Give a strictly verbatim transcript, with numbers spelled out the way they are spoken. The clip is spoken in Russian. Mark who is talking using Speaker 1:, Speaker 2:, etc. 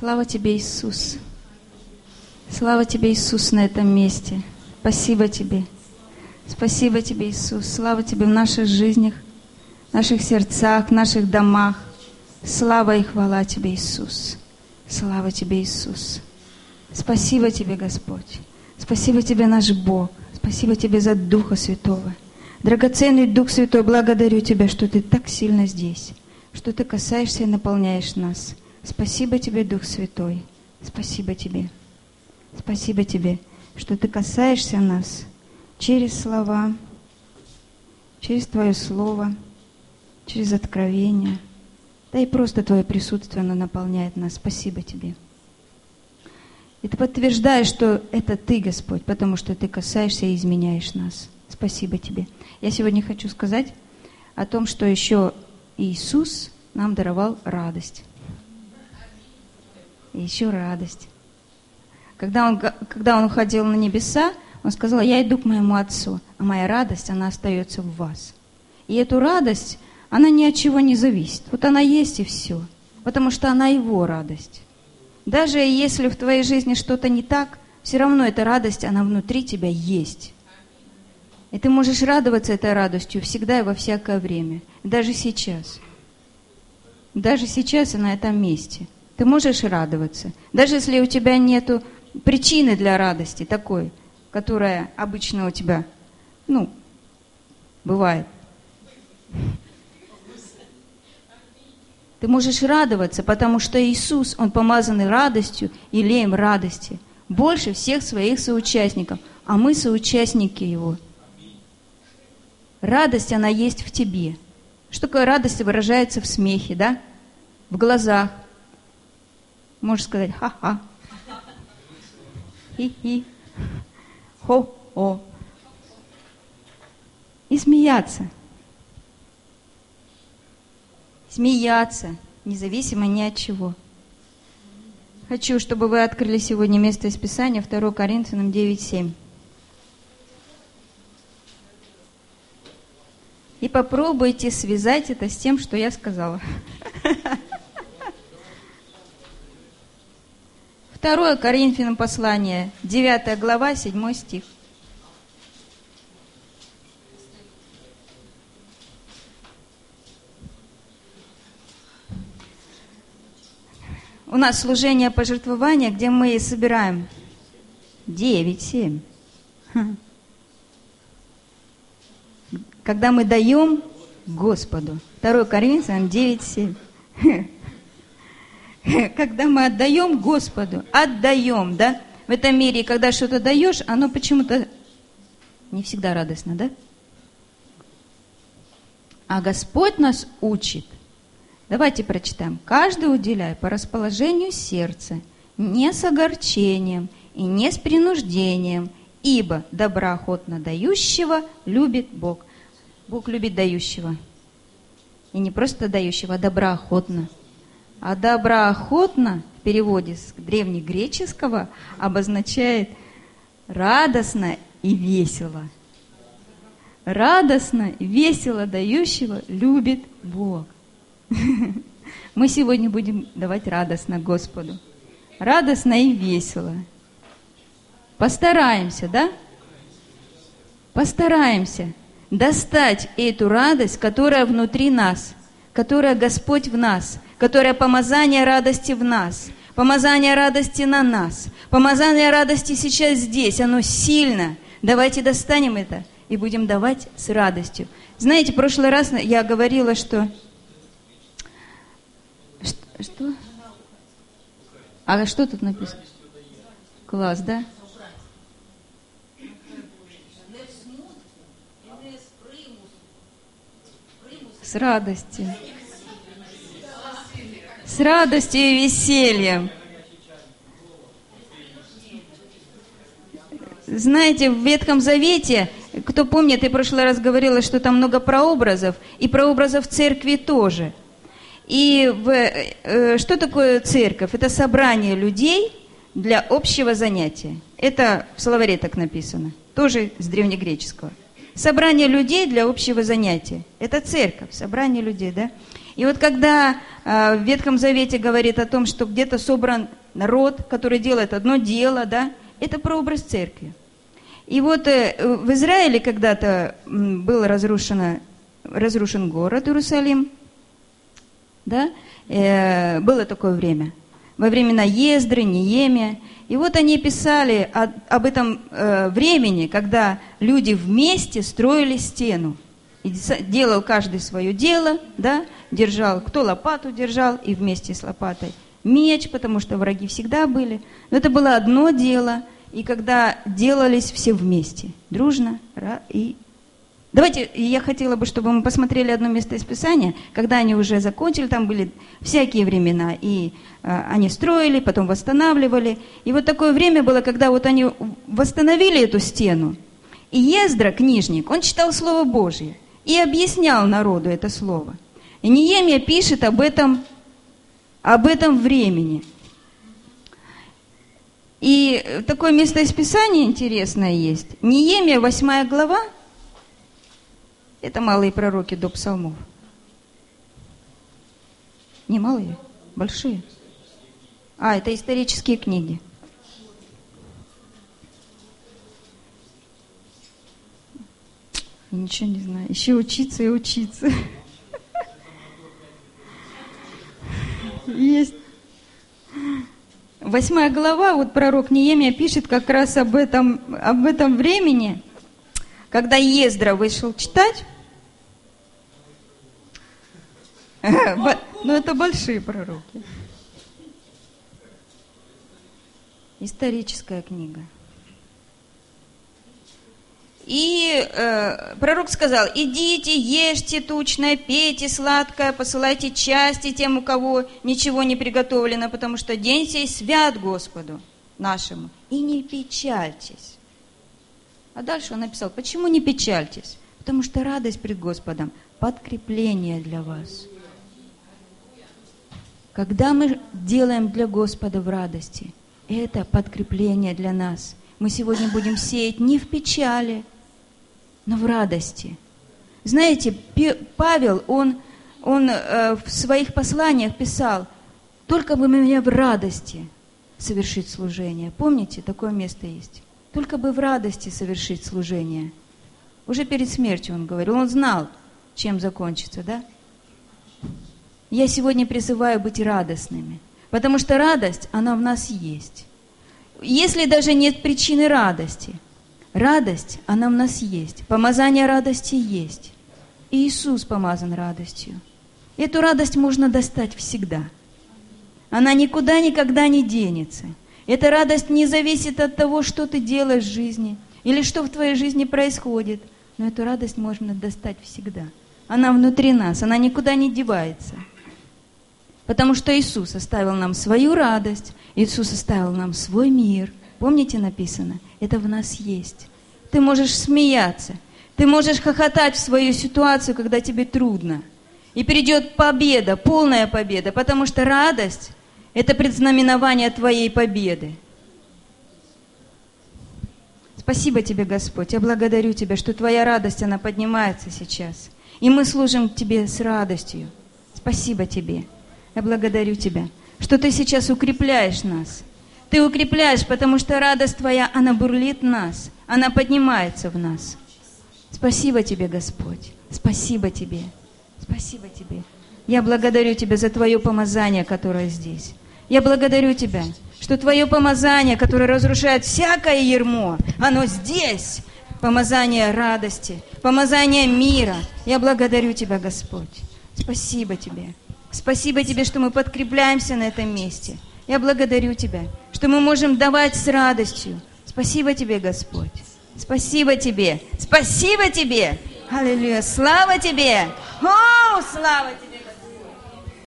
Speaker 1: Слава Тебе, Иисус. Слава Тебе, Иисус, на этом месте. Спасибо Тебе. Спасибо Тебе, Иисус. Слава Тебе в наших жизнях, в наших сердцах, в наших домах. Слава и хвала Тебе, Иисус. Слава Тебе, Иисус. Спасибо Тебе, Господь. Спасибо Тебе, наш Бог. Спасибо Тебе за Духа Святого. Драгоценный Дух Святой, благодарю Тебя, что Ты так сильно здесь, что Ты касаешься и наполняешь нас. Спасибо Тебе, Дух Святой. Спасибо Тебе. Спасибо Тебе, что Ты касаешься нас через слова, через Твое Слово, через откровение. Да и просто Твое присутствие, оно наполняет нас. Спасибо Тебе. И Ты подтверждаешь, что это Ты, Господь, потому что Ты касаешься и изменяешь нас. Спасибо Тебе. Я сегодня хочу сказать о том, что еще Иисус нам даровал радость. И еще радость. Когда он, когда он уходил на небеса, он сказал: я иду к моему Отцу, а моя радость, она остается в вас. И эту радость, она ни от чего не зависит. Вот она есть и все. Потому что она Его радость. Даже если в твоей жизни что-то не так, все равно эта радость, она внутри тебя есть. И ты можешь радоваться этой радостью всегда и во всякое время. Даже сейчас. Даже сейчас и на этом месте. Ты можешь радоваться. Даже если у тебя нету причины для радости такой, которая обычно у тебя, ну, бывает. Ты можешь радоваться, потому что Иисус, Он помазанный радостью, елеем радости, больше всех своих соучастников, а мы соучастники Его. Радость, она есть в тебе. Что такое радость? Выражается в смехе, да? В глазах. Можешь сказать ха-ха, хи-хи, хо-хо. И смеяться. Смеяться, независимо ни от чего. Хочу, чтобы вы открыли сегодня место из Писания, второе Коринфянам девять семь. И попробуйте связать это с тем, что я сказала. второе Коринфянам послание, девятая глава, седьмой стих. У нас служение пожертвования, где мы собираем девять семь. Когда мы даем Господу. второе Коринфянам девять семь. Когда мы отдаем Господу, отдаем, да? В этом мире, когда что-то даешь, оно почему-то не всегда радостно, да? А Господь нас учит. Давайте прочитаем. Каждый уделяй по расположению сердца, не с огорчением и не с принуждением, ибо доброохотно дающего любит Бог. Бог любит дающего. И не просто дающего, а доброохотно. А доброохотно в переводе с древнегреческого обозначает радостно и весело. Радостно и весело дающего любит Бог. Мы сегодня будем давать радостно Господу. Радостно и весело. Постараемся, да? Постараемся достать эту радость, которая внутри нас, которая Господь в нас, которая помазание радости в нас, помазание радости на нас, помазание радости сейчас здесь, оно сильно. Давайте достанем это и будем давать с радостью. Знаете, в прошлый раз я говорила, что... Что? что? А что тут написано? Класс, да? С радостью. С радостью и весельем. Знаете, в Ветхом Завете, кто помнит, я в прошлый раз говорила, что там много прообразов, и прообразов церкви тоже. И в, э, что такое церковь? Это собрание людей для общего занятия. Это в словаре так написано, тоже с древнегреческого. Собрание людей для общего занятия. Это церковь, собрание людей, да? И вот когда э, в Ветхом Завете говорит о том, что где-то собран народ, который делает одно дело, да, это прообраз церкви. И вот э, в Израиле когда-то был разрушено, разрушен город Иерусалим, да, э, было такое время, во времена Ездры, Неемия. И вот они писали о, об этом э, времени, когда люди вместе строили стену. И делал каждый свое дело, да, держал, кто лопату держал, и вместе с лопатой меч, потому что враги всегда были. Но это было одно дело, и когда делались все вместе, дружно. И... Давайте, я хотела бы, чтобы мы посмотрели одно место из Писания, когда они уже закончили, там были всякие времена, и э, они строили, потом восстанавливали. И вот такое время было, когда вот они восстановили эту стену, и Ездра, книжник, он читал Слово Божье и объяснял народу это слово. И Неемия пишет об этом, об этом времени. И такое место из Писания интересное есть. Неемия, восьмая глава, это малые пророки до псалмов. Не малые, большие. А, это исторические книги. Ничего не знаю. Еще учиться и учиться. Есть. Восьмая глава, вот пророк Неемия пишет как раз об этом, об этом времени, когда Ездра вышел читать. Ну, это большие пророки. Историческая книга. И э, пророк сказал: идите, ешьте тучное, пейте сладкое, посылайте части тем, у кого ничего не приготовлено, потому что день сей свят Господу нашему, и не печальтесь. А дальше он написал: почему не печальтесь? Потому что радость пред Господом – подкрепление для вас. Когда мы делаем для Господа в радости, это подкрепление для нас. Мы сегодня будем сеять не в печали, но в радости. Знаете, Павел, он, он э, в своих посланиях писал: только бы мне в радости совершить служение. Помните, такое место есть? Только бы в радости совершить служение. Уже перед смертью он говорил, он знал, чем закончится, да? Я сегодня призываю быть радостными, потому что радость, она в нас есть. Если даже нет причины радости, радость, она в нас есть. Помазание радости есть. И Иисус помазан радостью. Эту радость можно достать всегда. Она никуда никогда не денется. Эта радость не зависит от того, что ты делаешь в жизни или что в твоей жизни происходит. Но эту радость можно достать всегда. Она внутри нас, она никуда не девается. Потому что Иисус оставил нам свою радость, Иисус оставил нам свой мир. Помните, написано? Это в нас есть. Ты можешь смеяться, ты можешь хохотать в свою ситуацию, когда тебе трудно. И придет победа, полная победа, потому что радость – это предзнаменование твоей победы. Спасибо тебе, Господь. Я благодарю Тебя, что Твоя радость, она поднимается сейчас. И мы служим Тебе с радостью. Спасибо Тебе. Я благодарю Тебя, что Ты сейчас укрепляешь нас. Ты укрепляешь, потому что радость Твоя, она бурлит в нас, она поднимается в нас. Спасибо Тебе, Господь. Спасибо Тебе. Спасибо Тебе. Я благодарю Тебя за Твое помазание, которое здесь. Я благодарю Тебя, что Твое помазание, которое разрушает всякое ярмо, оно здесь. Помазание радости, помазание мира. Я благодарю Тебя, Господь. Спасибо Тебе. Спасибо Тебе, что мы подкрепляемся на этом месте. Я благодарю Тебя, что мы можем давать с радостью. Спасибо Тебе, Господь. Спасибо Тебе. Спасибо Тебе. Аллилуйя. Слава Тебе. О, слава Тебе.